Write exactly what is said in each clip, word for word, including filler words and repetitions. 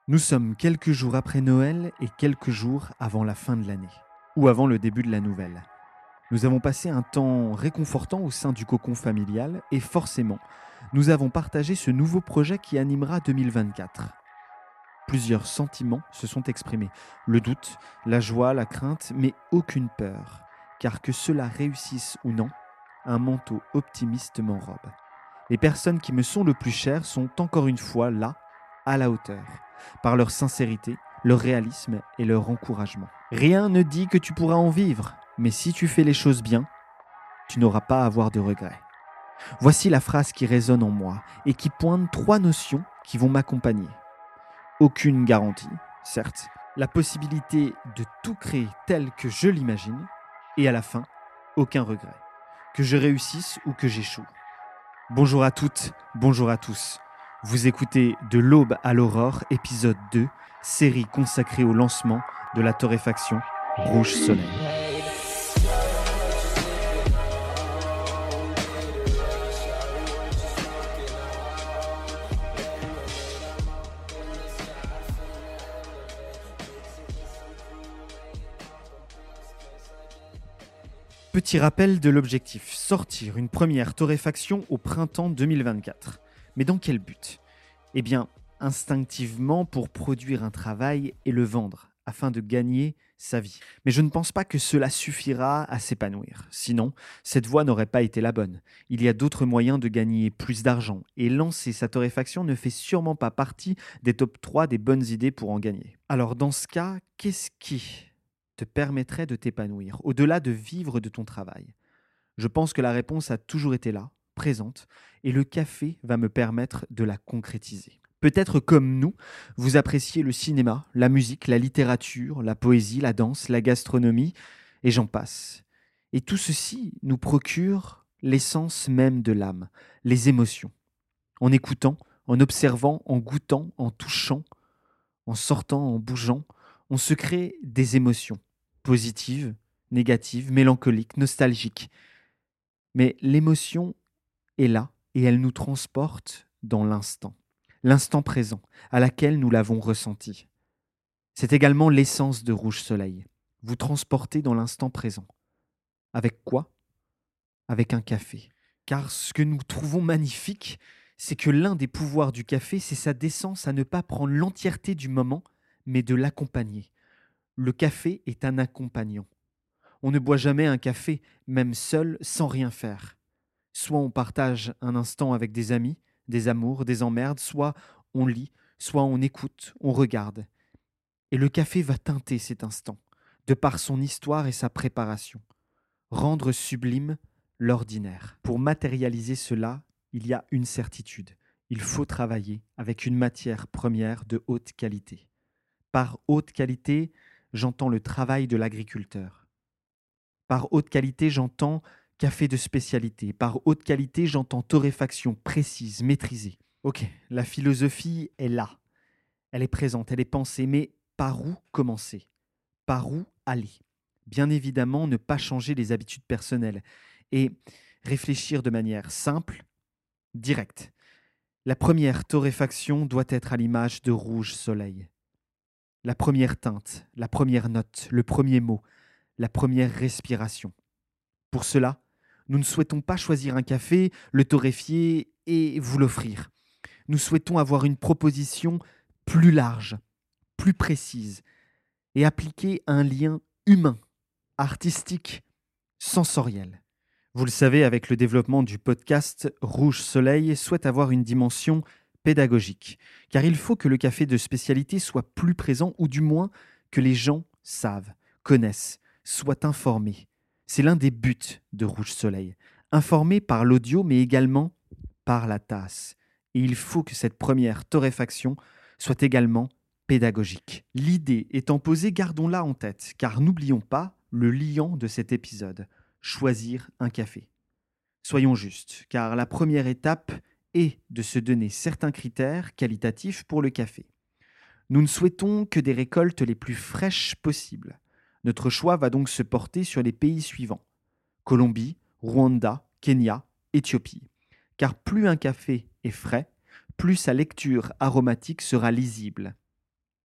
Nous sommes quelques jours après Noël et quelques jours avant la fin de l'année, ou avant le début de la nouvelle. Nous avons passé un temps réconfortant au sein du cocon familial et forcément, nous avons partagé ce nouveau projet qui animera deux mille vingt-quatre. Plusieurs sentiments se sont exprimés, le doute, la joie, la crainte, mais aucune peur, car que cela réussisse ou non, un manteau optimiste m'enrobe. Les personnes qui me sont le plus chères sont encore une fois là, à la hauteur, par leur sincérité, leur réalisme et leur encouragement. Rien ne dit que tu pourras en vivre, mais si tu fais les choses bien, tu n'auras pas à avoir de regrets. Voici la phrase qui résonne en moi et qui pointe trois notions qui vont m'accompagner. Aucune garantie, certes, la possibilité de tout créer tel que je l'imagine, et à la fin, aucun regret, que je réussisse ou que j'échoue. Bonjour à toutes, bonjour à tous. Vous écoutez De l'aube à l'aurore, épisode deux, série consacrée au lancement de la torréfaction Rouge Soleil. Petit rappel de l'objectif, sortir une première torréfaction au printemps deux mille vingt-quatre. Mais dans quel but ? Eh bien, instinctivement pour produire un travail et le vendre, afin de gagner sa vie. Mais je ne pense pas que cela suffira à s'épanouir. Sinon, cette voie n'aurait pas été la bonne. Il y a d'autres moyens de gagner plus d'argent, et lancer sa torréfaction ne fait sûrement pas partie des top trois des bonnes idées pour en gagner. Alors dans ce cas, qu'est-ce qui te permettrait de t'épanouir, au-delà de vivre de ton travail ? Je pense que la réponse a toujours été là, présente, et le café va me permettre de la concrétiser. Peut-être comme nous, vous appréciez le cinéma, la musique, la littérature, la poésie, la danse, la gastronomie, et j'en passe. Et tout ceci nous procure l'essence même de l'âme, les émotions. En écoutant, en observant, en goûtant, en touchant, en sortant, en bougeant, on se crée des émotions, positives, négatives, mélancoliques, nostalgiques. Mais l'émotion est là et elle nous transporte dans l'instant, l'instant présent, à laquelle nous l'avons ressenti. C'est également l'essence de Rouge Soleil, vous transporter dans l'instant présent. Avec quoi ? Avec un café. Car ce que nous trouvons magnifique, c'est que l'un des pouvoirs du café, c'est sa décence à ne pas prendre l'entièreté du moment, mais de l'accompagner. Le café est un accompagnant. On ne boit jamais un café, même seul, sans rien faire. Soit on partage un instant avec des amis, des amours, des emmerdes, soit on lit, soit on écoute, on regarde. Et le café va teinter cet instant, de par son histoire et sa préparation. Rendre sublime l'ordinaire. Pour matérialiser cela, il y a une certitude. Il faut travailler avec une matière première de haute qualité. Par haute qualité, j'entends le travail de l'agriculteur. Par haute qualité, j'entends café de spécialité. Par haute qualité, j'entends torréfaction précise, maîtrisée. Ok, la philosophie est là. Elle est présente, elle est pensée, mais par où commencer ? Par où aller ? Bien évidemment, ne pas changer les habitudes personnelles et réfléchir de manière simple, directe. La première torréfaction doit être à l'image de Rouge Soleil. La première teinte, la première note, le premier mot, la première respiration. Pour cela, nous ne souhaitons pas choisir un café, le torréfier et vous l'offrir. Nous souhaitons avoir une proposition plus large, plus précise et appliquer un lien humain, artistique, sensoriel. Vous le savez, avec le développement du podcast, Rouge Soleil souhaite avoir une dimension pédagogique, car il faut que le café de spécialité soit plus présent, ou du moins que les gens savent, connaissent, soient informés. C'est l'un des buts de Rouge Soleil, informés par l'audio, mais également par la tasse. Et il faut que cette première torréfaction soit également pédagogique. L'idée étant posée, gardons-la en tête, car n'oublions pas le liant de cet épisode, choisir un café. Soyons justes, car la première étape est de se donner certains critères qualitatifs pour le café. Nous ne souhaitons que des récoltes les plus fraîches possibles. Notre choix va donc se porter sur les pays suivants : Colombie, Rwanda, Kenya, Éthiopie. Car plus un café est frais, plus sa lecture aromatique sera lisible.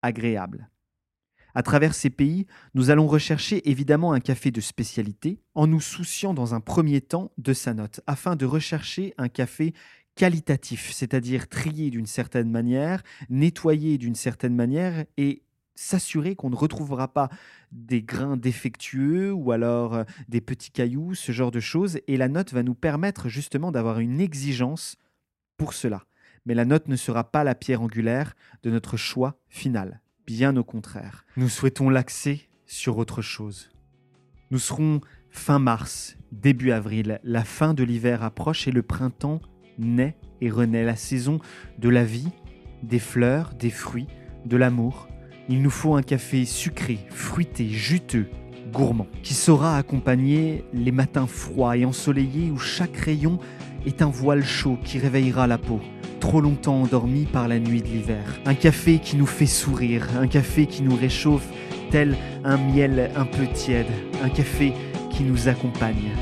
agréable. À travers ces pays, nous allons rechercher évidemment un café de spécialité en nous souciant dans un premier temps de sa note, afin de rechercher un café qualitatif, c'est-à-dire trié d'une certaine manière, nettoyé d'une certaine manière et s'assurer qu'on ne retrouvera pas des grains défectueux ou alors euh, des petits cailloux, ce genre de choses. Et la note va nous permettre justement d'avoir une exigence pour cela. Mais la note ne sera pas la pierre angulaire de notre choix final. Bien au contraire. Nous souhaitons l'axer sur autre chose. Nous serons fin mars, début avril. La fin de l'hiver approche et le printemps naît et renaît. La saison de la vie, des fleurs, des fruits, de l'amour. Il nous faut un café sucré, fruité, juteux, gourmand, qui saura accompagner les matins froids et ensoleillés où chaque rayon est un voile chaud qui réveillera la peau, trop longtemps endormie par la nuit de l'hiver. Un café qui nous fait sourire, un café qui nous réchauffe tel un miel un peu tiède, un café qui nous accompagne.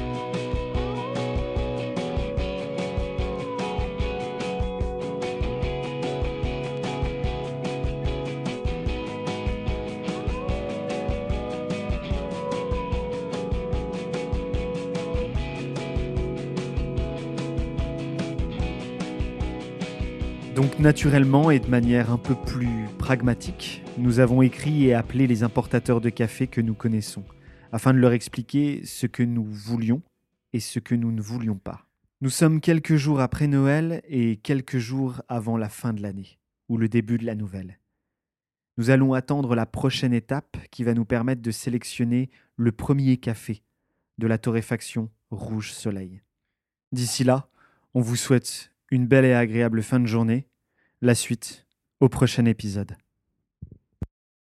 Donc naturellement et de manière un peu plus pragmatique, nous avons écrit et appelé les importateurs de café que nous connaissons, afin de leur expliquer ce que nous voulions et ce que nous ne voulions pas. Nous sommes quelques jours après Noël et quelques jours avant la fin de l'année, ou le début de la nouvelle. Nous allons attendre la prochaine étape qui va nous permettre de sélectionner le premier café de la torréfaction Rouge Soleil. D'ici là, on vous souhaite une belle et agréable fin de journée. La suite au prochain épisode.